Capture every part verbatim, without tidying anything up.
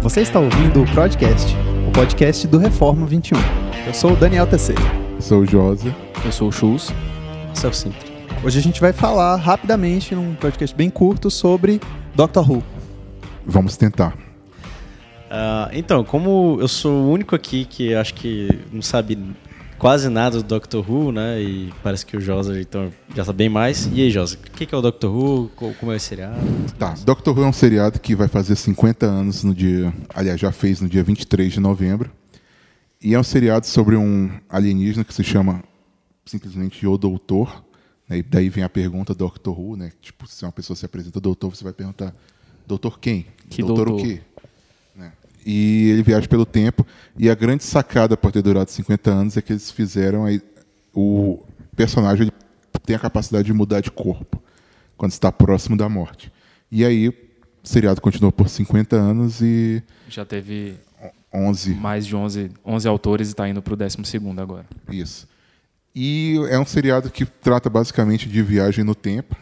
Você está ouvindo o Podcast, o podcast do Reforma vinte e um. Eu sou o Daniel T C. Eu sou o Josa. Eu sou o Chus. Eu sou o Sintra. Hoje a gente vai falar rapidamente, num podcast bem curto, sobre Doctor Who. Vamos tentar. Uh, então, como eu sou o único aqui que acho que não sabe quase nada do Doctor Who, né? E parece que o Josa então, já sabe bem mais. E aí, Josa, o que é o Doctor Who? Como é o seriado? Tá, Doctor Who é um seriado que vai fazer cinquenta anos no dia... Aliás, já fez no dia vinte e três de novembro. E é um seriado sobre um alienígena que se chama simplesmente O Doutor. Né? E daí vem a pergunta Doctor Who, né? Tipo, se uma pessoa se apresenta Doutor, você vai perguntar Doutor quem? Que doutor, doutor o quê? Né? E ele viaja pelo tempo. E a grande sacada por ter durado cinquenta anos é que eles fizeram... Aí, o personagem ele tem a capacidade de mudar de corpo quando está próximo da morte. E aí, o seriado continuou por cinquenta anos e... Já teve onze mais de onze, onze autores e está indo para o décimo segundo agora. Isso. E é um seriado que trata basicamente de viagem no tempo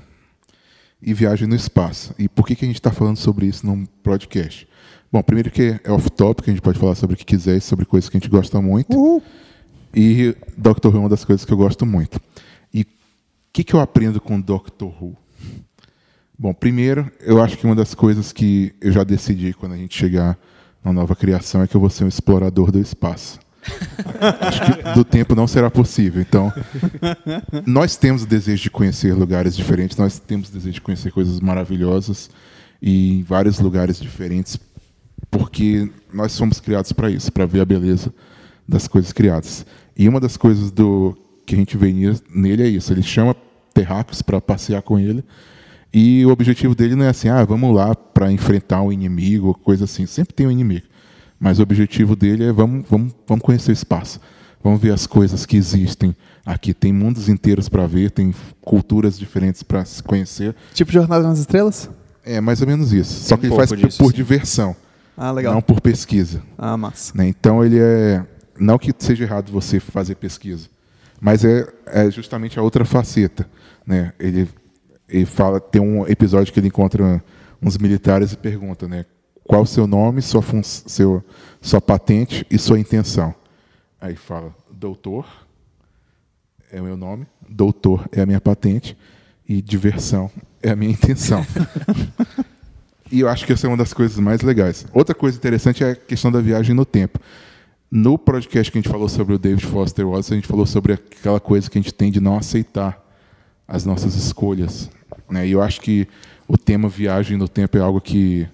e viagem no espaço. E por que, que a gente está falando sobre isso num podcast? Bom, primeiro que é off-topic, a gente pode falar sobre o que quiser, sobre coisas que a gente gosta muito. Uhul. E Doctor Who é uma das coisas que eu gosto muito. E o que, que eu aprendo com Doctor Who? Bom, primeiro, eu acho que uma das coisas que eu já decidi quando a gente chegar na nova criação é que eu vou ser um explorador do espaço. Acho que do tempo não será possível. Então, nós temos o desejo de conhecer lugares diferentes, nós temos o desejo de conhecer coisas maravilhosas e em vários lugares diferentes, porque nós somos criados para isso, para ver a beleza das coisas criadas. E uma das coisas do que a gente vê nele é isso. Ele chama terráqueos para passear com ele. E o objetivo dele não é assim, ah, vamos lá para enfrentar um inimigo, coisa assim. Sempre tem um inimigo. Mas o objetivo dele é vamos, vamos, vamos conhecer o espaço. Vamos ver as coisas que existem aqui. Tem mundos inteiros para ver, tem culturas diferentes para se conhecer. Tipo Jornada nas Estrelas? É, mais ou menos isso. Só que um ele faz disso, por sim. diversão. Ah, legal. Não por pesquisa. Ah, massa. Né? Então ele é... Não que seja errado você fazer pesquisa, mas é, é justamente a outra faceta. Né? Ele... Ele fala, tem um episódio que ele encontra uns militares e pergunta, né, qual o seu nome, sua, fun- seu, sua patente e sua intenção. Aí fala, doutor é o meu nome, doutor é a minha patente e diversão é a minha intenção. E eu acho que essa é uma das coisas mais legais. Outra coisa interessante é a questão da viagem no tempo. No podcast que a gente falou sobre o David Foster Wallace, a gente falou sobre aquela coisa que a gente tem de não aceitar as nossas escolhas. E eu acho que o tema viagem no tempo é algo que,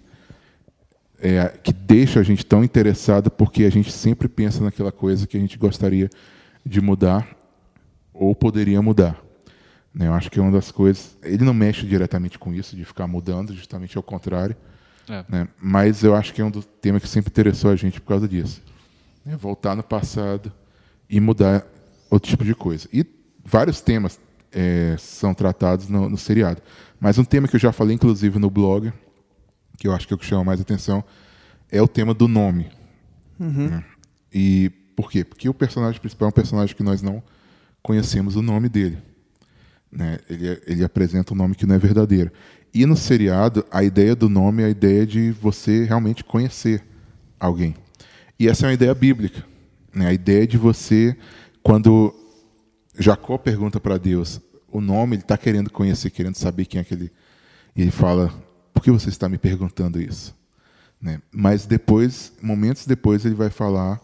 é, que deixa a gente tão interessado, porque a gente sempre pensa naquela coisa que a gente gostaria de mudar ou poderia mudar. Eu acho que é uma das coisas... Ele não mexe diretamente com isso, de ficar mudando, justamente ao contrário. É. Né? Mas eu acho que é um dos temas que sempre interessou a gente por causa disso. É voltar no passado e mudar outro tipo de coisa. E vários temas... É, são tratados no, no seriado. Mas um tema que eu já falei, inclusive, no blog, que eu acho que é o que chama mais atenção, é o tema do nome. Uhum. Né? E por quê? Porque o personagem principal é um personagem que nós não conhecemos o nome dele. Né? Ele, ele apresenta um nome que não é verdadeiro. E no seriado, a ideia do nome é a ideia de você realmente conhecer alguém. E essa é uma ideia bíblica. Né? A ideia de você, quando... Jacó pergunta para Deus o nome, ele está querendo conhecer, querendo saber quem é aquele. E ele fala, por que você está me perguntando isso? Né? Mas depois, momentos depois, ele vai falar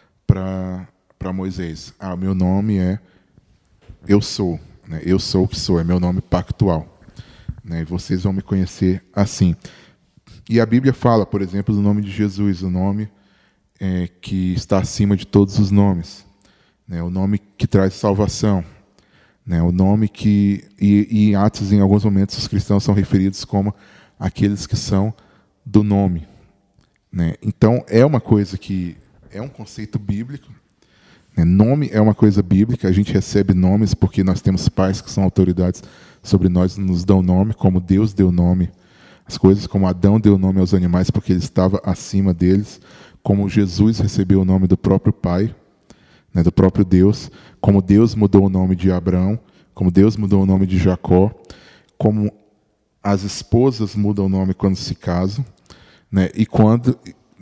para Moisés, ah, meu nome é Eu Sou, né? Eu sou o que sou, é meu nome pactual. Né? E vocês vão me conhecer assim. E a Bíblia fala, por exemplo, do nome de Jesus, o nome é, que está acima de todos os nomes. Né, o nome que traz salvação, né, o nome que e, e em Atos, em alguns momentos, os cristãos são referidos como aqueles que são do nome. Né? Então é uma coisa que é um conceito bíblico. Né? Nome é uma coisa bíblica. A gente recebe nomes porque nós temos pais que são autoridades sobre nós, nos dão nome, como Deus deu nome às coisas, como Adão deu nome aos animais porque ele estava acima deles, como Jesus recebeu o nome do próprio Pai. Né, do próprio Deus, como Deus mudou o nome de Abraão, como Deus mudou o nome de Jacó, como as esposas mudam o nome quando se casam, né, e quando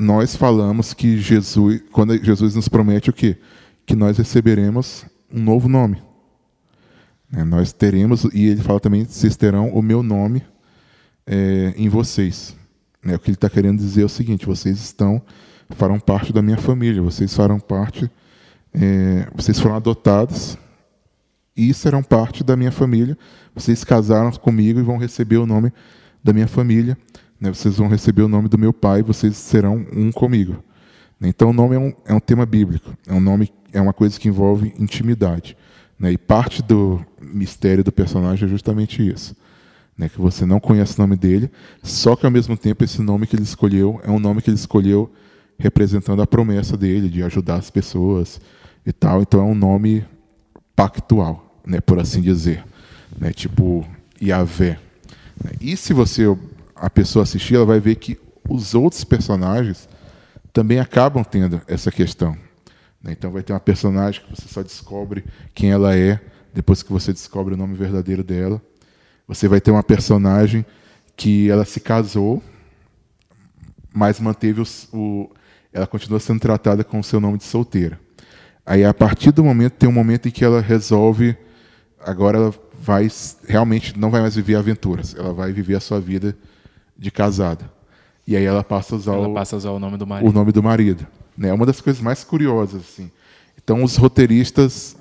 nós falamos que Jesus, quando Jesus nos promete o quê? Que nós receberemos um novo nome. É, nós teremos, e ele fala também, vocês terão o meu nome é, em vocês. É, o que ele está querendo dizer é o seguinte: vocês estão, farão parte da minha família, vocês farão parte, é, vocês foram adotados e serão parte da minha família. Vocês casaram comigo e vão receber o nome da minha família. Né? Vocês vão receber o nome do meu pai, vocês serão um comigo. Então, o nome é um, é um tema bíblico, é um nome, é uma coisa que envolve intimidade. Né? E parte do mistério do personagem é justamente isso. Né? Que você não conhece o nome dele, só que, ao mesmo tempo, esse nome que ele escolheu é um nome que ele escolheu representando a promessa dele de ajudar as pessoas e tal. Então, é um nome pactual, né? Por assim dizer. Né? Tipo Yahvé. E se você, a pessoa assistir, ela vai ver que os outros personagens também acabam tendo essa questão. Então vai ter uma personagem que você só descobre quem ela é depois que você descobre o nome verdadeiro dela. Você vai ter uma personagem que ela se casou, mas manteve os, o, ela continua sendo tratada com o seu nome de solteira. Aí, a partir do momento, tem um momento em que ela resolve, agora ela vai, realmente não vai mais viver aventuras, ela vai viver a sua vida de casada. E aí ela passa a usar, ela o, passa a usar o nome do marido. O nome do marido. É uma das coisas mais curiosas. Assim. Então, os roteiristas,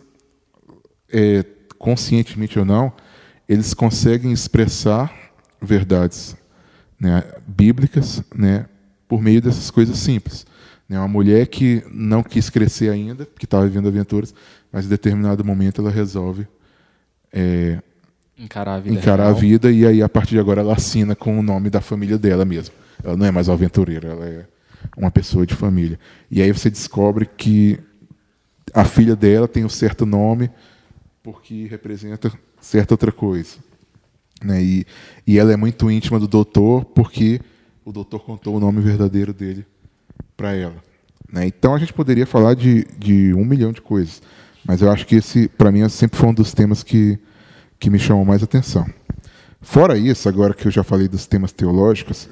é, conscientemente ou não, eles conseguem expressar verdades, né, bíblicas, né, por meio dessas coisas simples. Uma mulher que não quis crescer ainda, que estava vivendo aventuras, mas em determinado momento ela resolve é, encarar, a vida, encarar a vida, e aí, a partir de agora, ela assina com o nome da família dela mesmo. Ela não é mais uma aventureira, ela é uma pessoa de família. E aí você descobre que a filha dela tem um certo nome porque representa certa outra coisa. Né? E, e ela é muito íntima do doutor porque o doutor contou o nome verdadeiro dele para ela. Né? Então a gente poderia falar de, de um milhão de coisas, mas eu acho que esse, para mim, sempre foi um dos temas que, que me chamou mais atenção. Fora isso, agora que eu já falei dos temas teológicos,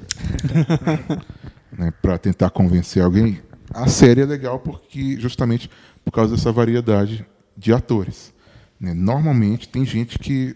né, para tentar convencer alguém, a série é legal porque justamente por causa dessa variedade de atores. Né? Normalmente tem gente que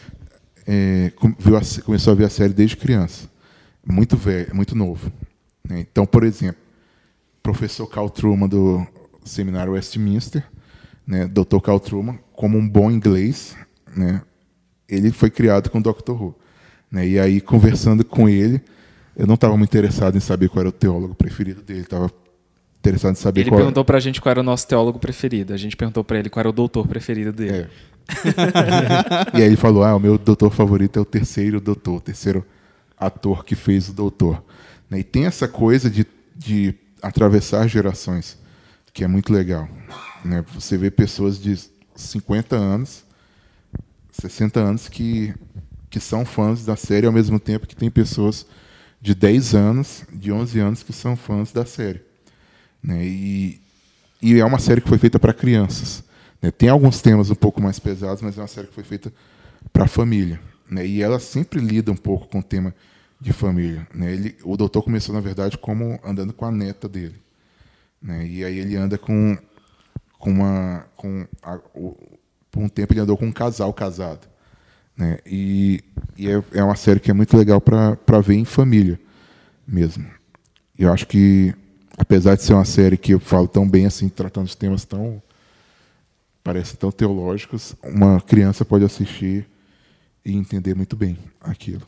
é, viu a, começou a ver a série desde criança, muito velho, muito novo. Né? Então, por exemplo, professor Carl Truman do seminário Westminster, né, doutor Carl Truman, como um bom inglês, né, ele foi criado com o doutor Who. Né, e aí, conversando com ele, eu não estava muito interessado em saber qual era o teólogo preferido dele, estava interessado em saber ele qual perguntou era... para a gente qual era o nosso teólogo preferido, a gente perguntou para ele qual era o doutor preferido dele. É. E aí ele falou, ah, o meu doutor favorito é o terceiro doutor, o terceiro ator que fez o doutor. Né, e tem essa coisa de, de atravessar gerações, que é muito legal. Né? Você vê pessoas de cinquenta anos, sessenta anos que, que são fãs da série, ao mesmo tempo que tem pessoas de dez anos, de onze anos, que são fãs da série. Né? E, e é uma série que foi feita para crianças. Né? Tem alguns temas um pouco mais pesados, mas é uma série que foi feita para a família. Né? E ela sempre lida um pouco com o tema de família. Né? Ele, o doutor começou, na verdade, como andando com a neta dele. Né? E aí ele anda com, com uma... Com a, o, por um tempo ele andou com um casal casado. Né? E, e é, é uma série que é muito legal para ver em família mesmo. E eu acho que, apesar de ser uma série que eu falo tão bem assim, tratando de temas tão... parecem tão teológicos, uma criança pode assistir e entender muito bem aquilo.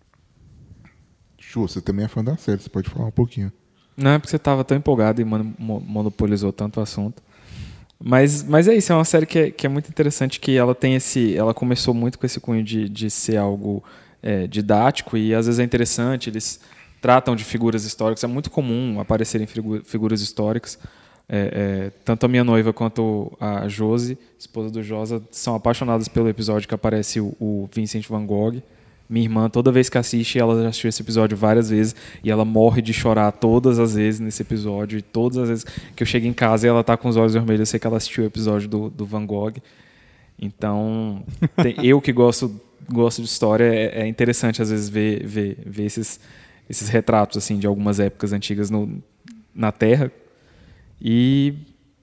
Chu, você também é fã da série, você pode falar um pouquinho. Não é porque você estava tão empolgado e monopolizou tanto o assunto. Mas, mas é isso, é uma série que é, que é muito interessante, que ela tem esse, ela começou muito com esse cunho de, de ser algo é, didático, e às vezes é interessante, eles tratam de figuras históricas, é muito comum aparecerem figu, figuras históricas. É, é, tanto a minha noiva quanto a Josi, esposa do Josa, são apaixonadas pelo episódio que aparece o, o Vincent Van Gogh. Minha irmã, toda vez que assiste, ela já assistiu esse episódio várias vezes e ela morre de chorar todas as vezes nesse episódio. E todas as vezes que eu chego em casa e ela está com os olhos vermelhos, eu sei que ela assistiu o episódio do, do Van Gogh. Então, tem, eu que gosto, gosto de história, é, é interessante às vezes ver, ver, ver esses, esses retratos assim, de algumas épocas antigas no, na Terra. E...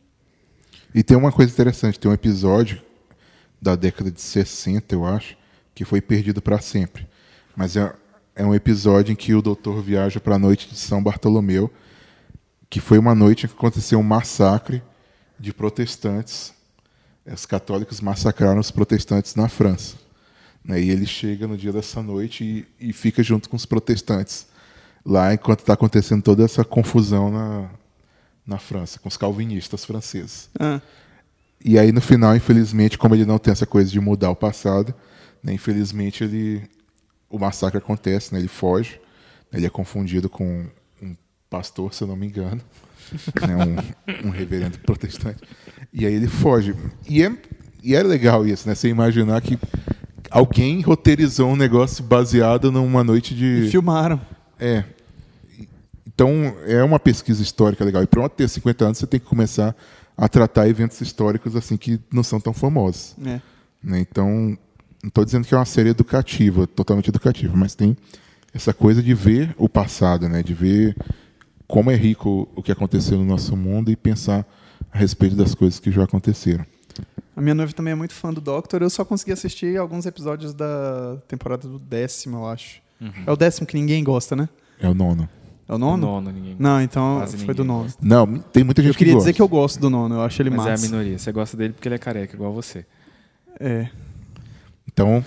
E tem uma coisa interessante, tem um episódio da década de sessenta, eu acho, que foi perdido para sempre. Mas é, é um episódio em que o doutor viaja para a noite de São Bartolomeu, que foi uma noite em que aconteceu um massacre de protestantes. Os católicos massacraram os protestantes na França. Né? E ele chega no dia dessa noite e, e fica junto com os protestantes lá, enquanto está acontecendo toda essa confusão na, na França, com os calvinistas franceses. Ah. E aí, no final, infelizmente, como ele não tem essa coisa de mudar o passado, né, infelizmente, ele, o massacre acontece, né, ele foge, né, ele é confundido com um pastor, se eu não me engano, né, um, um reverendo protestante, e aí ele foge. E é, e é legal isso, né, você imaginar que alguém roteirizou um negócio baseado numa noite de... E filmaram. É. Então, é uma pesquisa histórica legal. E para ter cinquenta anos, você tem que começar a tratar eventos históricos assim que não são tão famosos. É. Né? Então, não estou dizendo que é uma série educativa, totalmente educativa, mas tem essa coisa de ver o passado, né? De ver como é rico o que aconteceu no nosso mundo e pensar a respeito das coisas que já aconteceram. A minha noiva também é muito fã do Doctor. Eu só consegui assistir alguns episódios da temporada do décimo, eu acho. Uhum. É o décimo que ninguém gosta, né? É o nono. É o nono? O nono, ninguém gosta. Não, então Quase foi do nono. gosta. Não, tem muita gente eu queria que dizer gosta. que eu gosto do nono, eu acho ele Mas massa. é a minoria. Você gosta dele porque ele é careca, igual você. É. Então,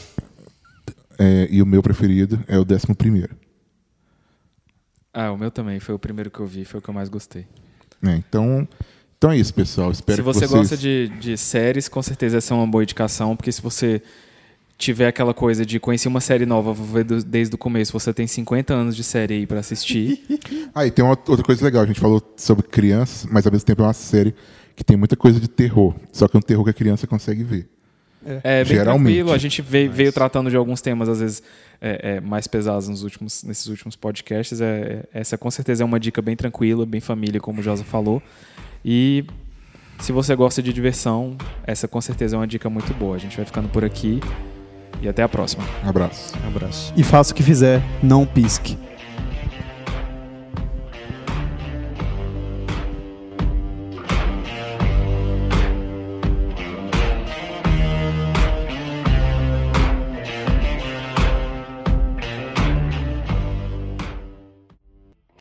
é, e o meu preferido é o décimo primeiro. Ah, o meu também. Foi o primeiro que eu vi, foi o que eu mais gostei. É, então, então é isso, pessoal. Espero se você que vocês... gosta de, de séries, com certeza essa é uma boa indicação, porque se você tiver aquela coisa de conhecer uma série nova, vou ver do, desde o começo, você tem cinquenta anos de série aí pra assistir. Ah, e tem uma outra coisa legal. A gente falou sobre crianças, mas ao mesmo tempo é uma série que tem muita coisa de terror. Só que é um terror que a criança consegue ver. É, bem Geralmente. tranquilo. A gente veio, Mas... veio tratando de alguns temas, às vezes, é, é, mais pesados nos últimos, nesses últimos podcasts. É, essa, com certeza, é uma dica bem tranquila, bem família, como o Josa falou. E se você gosta de diversão, essa, com certeza, é uma dica muito boa. A gente vai ficando por aqui e até a próxima. Um abraço. Um abraço. E faça o que fizer, não pisque.